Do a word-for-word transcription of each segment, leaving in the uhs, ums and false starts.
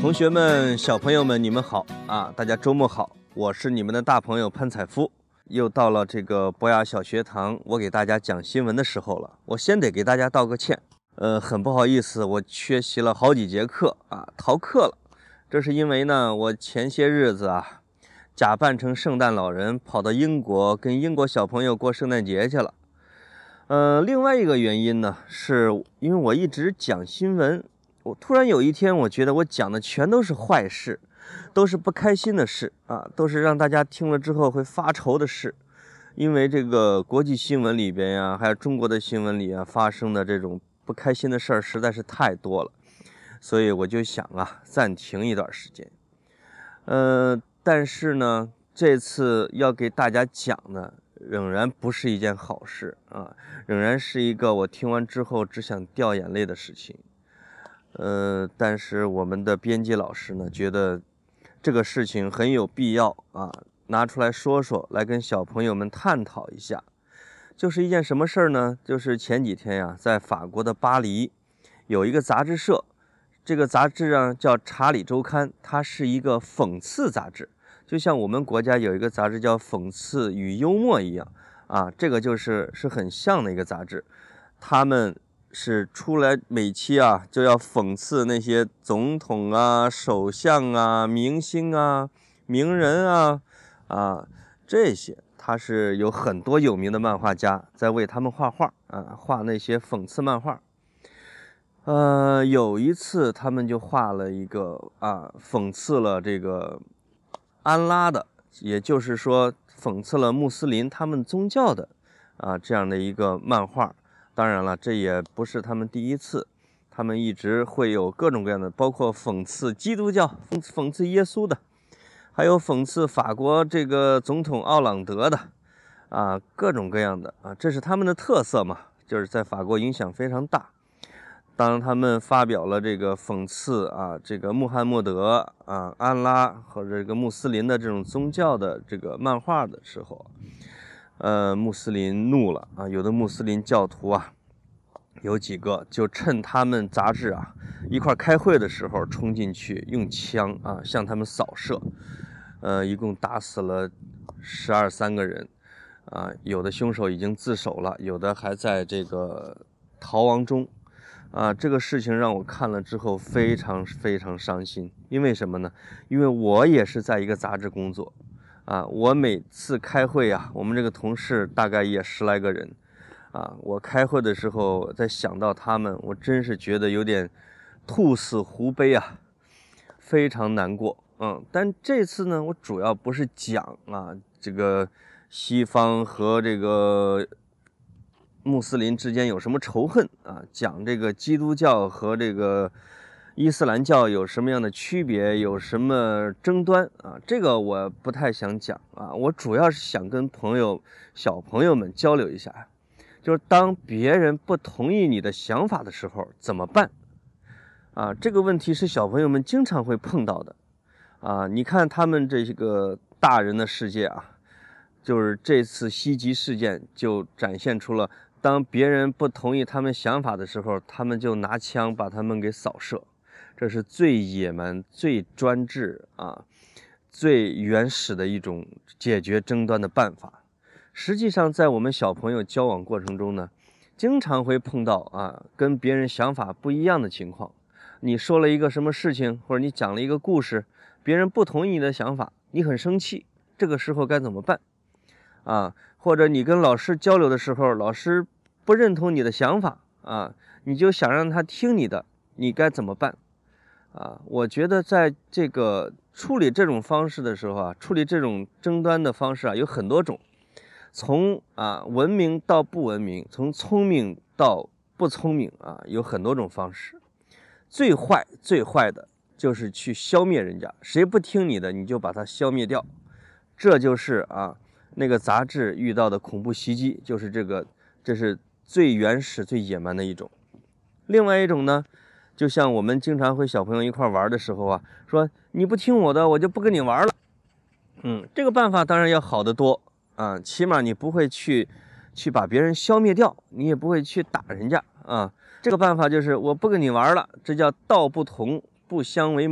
同学们、小朋友们，你们好啊！大家周末好，我是你们的大朋友潘采夫。又到了这个博雅小学堂，我给大家讲新闻的时候了。我先得给大家道个歉，呃，很不好意思，我缺席了好几节课啊，逃课了。这是因为呢，我前些日子啊，假扮成圣诞老人，跑到英国跟英国小朋友过圣诞节去了。呃，另外一个原因呢，是因为我一直讲新闻，我突然有一天，我觉得我讲的全都是坏事，都是不开心的事啊，都是让大家听了之后会发愁的事。因为这个国际新闻里边呀，还有中国的新闻里啊，发生的这种不开心的事儿实在是太多了，所以我就想啊，暂停一段时间。呃，但是呢，这次要给大家讲呢，仍然不是一件好事啊，仍然是一个我听完之后只想掉眼泪的事情。呃，但是我们的编辑老师呢，觉得这个事情很有必要啊，拿出来说说，来跟小朋友们探讨一下。就是一件什么事儿呢？就是前几天呀，在法国的巴黎有一个杂志社，这个杂志啊叫《查理周刊》，它是一个讽刺杂志，就像我们国家有一个杂志叫《讽刺与幽默》一样啊，这个就是是很像的一个杂志。他们是出来每期啊就要讽刺那些总统啊、首相啊、明星啊、名人啊啊这些，他是有很多有名的漫画家在为他们画画啊，画那些讽刺漫画。呃，有一次他们就画了一个啊，讽刺了这个安拉的，也就是说讽刺了穆斯林他们宗教的啊这样的一个漫画。当然了，这也不是他们第一次，他们一直会有各种各样的，包括讽刺基督教、讽讽刺耶稣的，还有讽刺法国这个总统奥朗德的，啊，各种各样的啊，这是他们的特色嘛，就是在法国影响非常大。当他们发表了这个讽刺啊，这个穆罕默德啊、安拉和这个穆斯林的这种宗教的这个漫画的时候，呃，穆斯林怒了啊，有的穆斯林教徒啊，有几个就趁他们杂志啊一块开会的时候冲进去，用枪啊向他们扫射，呃，一共打死了十二三个人啊，有的凶手已经自首了，有的还在这个逃亡中。啊，这个事情让我看了之后非常非常伤心。因为什么呢？因为我也是在一个杂志工作啊，我每次开会啊，我们这个同事大概也十来个人啊，我开会的时候在想到他们，我真是觉得有点兔死狐悲啊，非常难过。嗯，但这次呢，我主要不是讲啊这个西方和这个穆斯林之间有什么仇恨啊？讲这个基督教和这个伊斯兰教有什么样的区别，有什么争端啊？这个我不太想讲啊，我主要是想跟朋友、小朋友们交流一下，就是当别人不同意你的想法的时候怎么办啊？这个问题是小朋友们经常会碰到的啊。你看他们这个大人的世界啊，就是这次袭击事件就展现出了，当别人不同意他们想法的时候，他们就拿枪把他们给扫射，这是最野蛮、最专制啊、最原始的一种解决争端的办法。实际上，在我们小朋友交往过程中呢，经常会碰到啊跟别人想法不一样的情况。你说了一个什么事情，或者你讲了一个故事，别人不同意你的想法，你很生气，这个时候该怎么办？啊，或者你跟老师交流的时候，老师不认同你的想法啊，你就想让他听你的，你该怎么办？啊，我觉得在这个处理这种方式的时候啊，处理这种争端的方式啊，有很多种，从啊文明到不文明，从聪明到不聪明啊，有很多种方式。最坏最坏的就是去消灭人家，谁不听你的，你就把他消灭掉。这就是啊那个杂志遇到的恐怖袭击，就是这个，这是最原始最野蛮的一种。另外一种呢，就像我们经常会小朋友一块玩的时候啊，说你不听我的，我就不跟你玩了。嗯，这个办法当然要好得多啊，起码你不会去去把别人消灭掉，你也不会去打人家啊。这个办法就是我不跟你玩了，这叫道不同不相为谋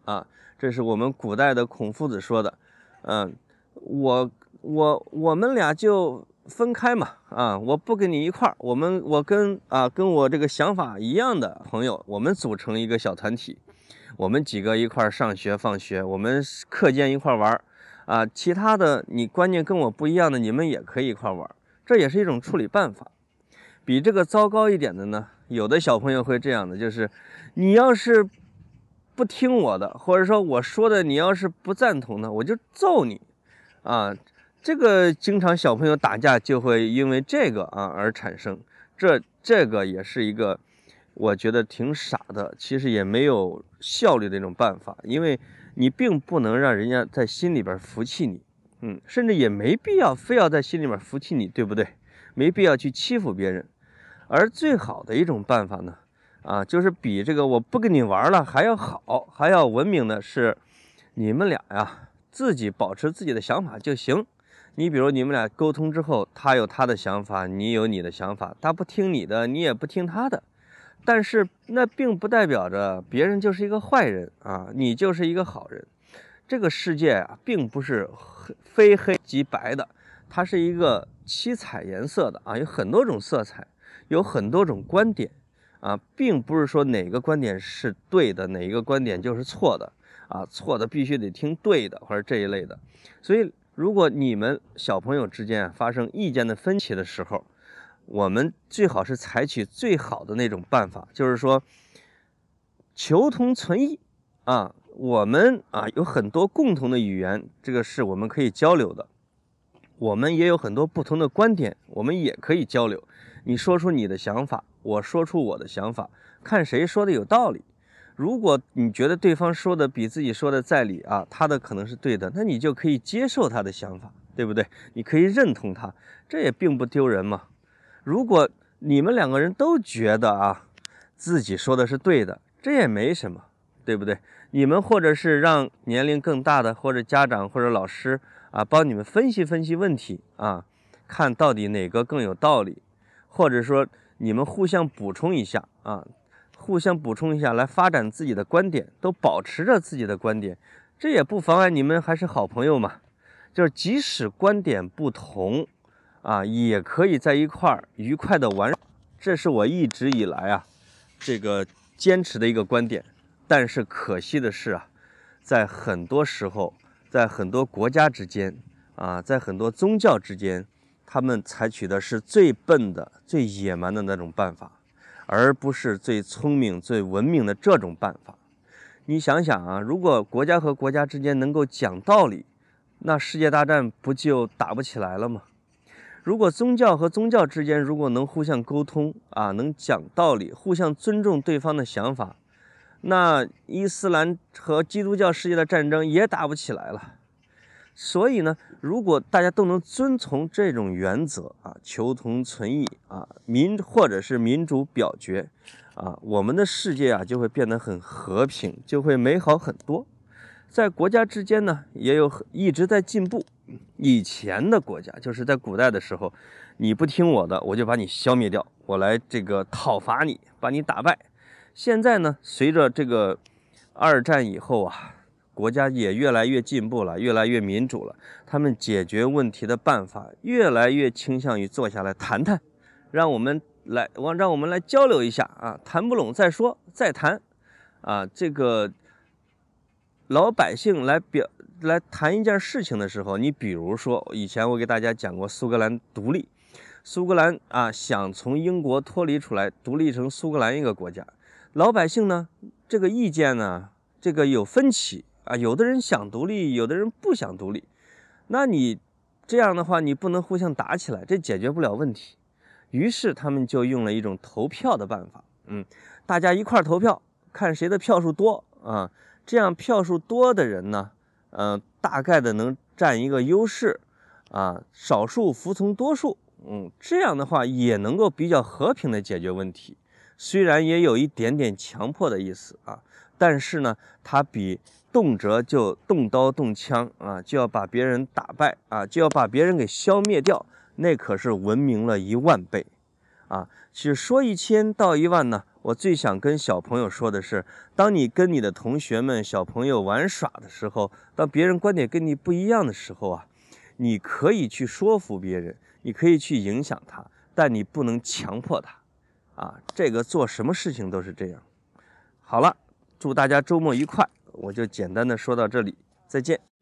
啊，这是我们古代的孔夫子说的。嗯、我我我们俩就分开嘛，啊，我不跟你一块儿，我们我跟啊跟我这个想法一样的朋友，我们组成一个小团体，我们几个一块儿上学放学，我们课间一块儿玩儿，啊，其他的你观念跟我不一样的，你们也可以一块儿玩儿，这也是一种处理办法。比这个糟糕一点的呢，有的小朋友会这样的，就是你要是不听我的，或者说我说的你要是不赞同的，我就揍你啊。这个经常小朋友打架就会因为这个啊而产生，这这个也是一个我觉得挺傻的，其实也没有效率的一种办法，因为你并不能让人家在心里边服气你，嗯，甚至也没必要非要在心里面服气你，对不对？没必要去欺负别人。而最好的一种办法呢，啊，就是比这个我不跟你玩了还要好，还要文明的是，你们俩呀自己保持自己的想法就行。你比如你们俩沟通之后，他有他的想法，你有你的想法，他不听你的，你也不听他的。但是那并不代表着别人就是一个坏人啊，你就是一个好人。这个世界啊，并不是非黑即白的，它是一个七彩颜色的啊，有很多种色彩，有很多种观点啊，并不是说哪个观点是对的，哪一个观点就是错的啊，错的必须得听对的或者这一类的。所以，如果你们小朋友之间发生意见的分歧的时候，我们最好是采取最好的那种办法，就是说求同存异啊。我们啊有很多共同的语言，这个是我们可以交流的。我们也有很多不同的观点，我们也可以交流。你说出你的想法，我说出我的想法，看谁说的有道理。如果你觉得对方说的比自己说的在理啊，他的可能是对的，那你就可以接受他的想法，对不对？你可以认同他，这也并不丢人嘛。如果你们两个人都觉得啊自己说的是对的，这也没什么，对不对？你们或者是让年龄更大的，或者家长或者老师啊，帮你们分析分析问题啊，看到底哪个更有道理，或者说你们互相补充一下啊，互相补充一下来发展自己的观点，都保持着自己的观点，这也不妨碍你们还是好朋友嘛。就是即使观点不同啊，也可以在一块儿愉快的玩，这是我一直以来啊这个坚持的一个观点。但是可惜的是啊，在很多时候，在很多国家之间啊，在很多宗教之间，他们采取的是最笨的、最野蛮的那种办法，而不是最聪明、最文明的这种办法。你想想啊，如果国家和国家之间能够讲道理，那世界大战不就打不起来了吗？如果宗教和宗教之间如果能互相沟通啊，能讲道理，互相尊重对方的想法，那伊斯兰和基督教世界的战争也打不起来了。所以呢，如果大家都能遵从这种原则啊，求同存异啊，民或者是民主表决啊，我们的世界啊就会变得很和平，就会美好很多。在国家之间呢，也有一直在进步。以前的国家就是在古代的时候，你不听我的，我就把你消灭掉，我来这个讨伐你，把你打败。现在呢，随着这个二战以后啊，国家也越来越进步了，越来越民主了，他们解决问题的办法越来越倾向于坐下来谈谈，让我们来让我们来交流一下啊，谈不拢再说，再谈啊。这个老百姓来表来谈一件事情的时候，你比如说以前我给大家讲过苏格兰独立，苏格兰啊想从英国脱离出来，独立成苏格兰一个国家。老百姓呢，这个意见呢，这个有分歧啊，有的人想独立，有的人不想独立。那你这样的话，你不能互相打起来，这解决不了问题。于是他们就用了一种投票的办法，嗯，大家一块投票，看谁的票数多啊，这样票数多的人呢，呃，大概的能占一个优势啊，少数服从多数，嗯，这样的话也能够比较和平的解决问题。虽然也有一点点强迫的意思啊，但是呢，它比动辄就动刀动枪啊，就要把别人打败啊，就要把别人给消灭掉，那可是文明了一万倍啊！是说一千道一万呢， 我最想跟小朋友说的是，当你跟你的同学们、小朋友玩耍的时候，当别人观点跟你不一样的时候啊，你可以去说服别人，你可以去影响他，但你不能强迫他。啊，这个做什么事情都是这样。好了，祝大家周末愉快，我就简单的说到这里，再见。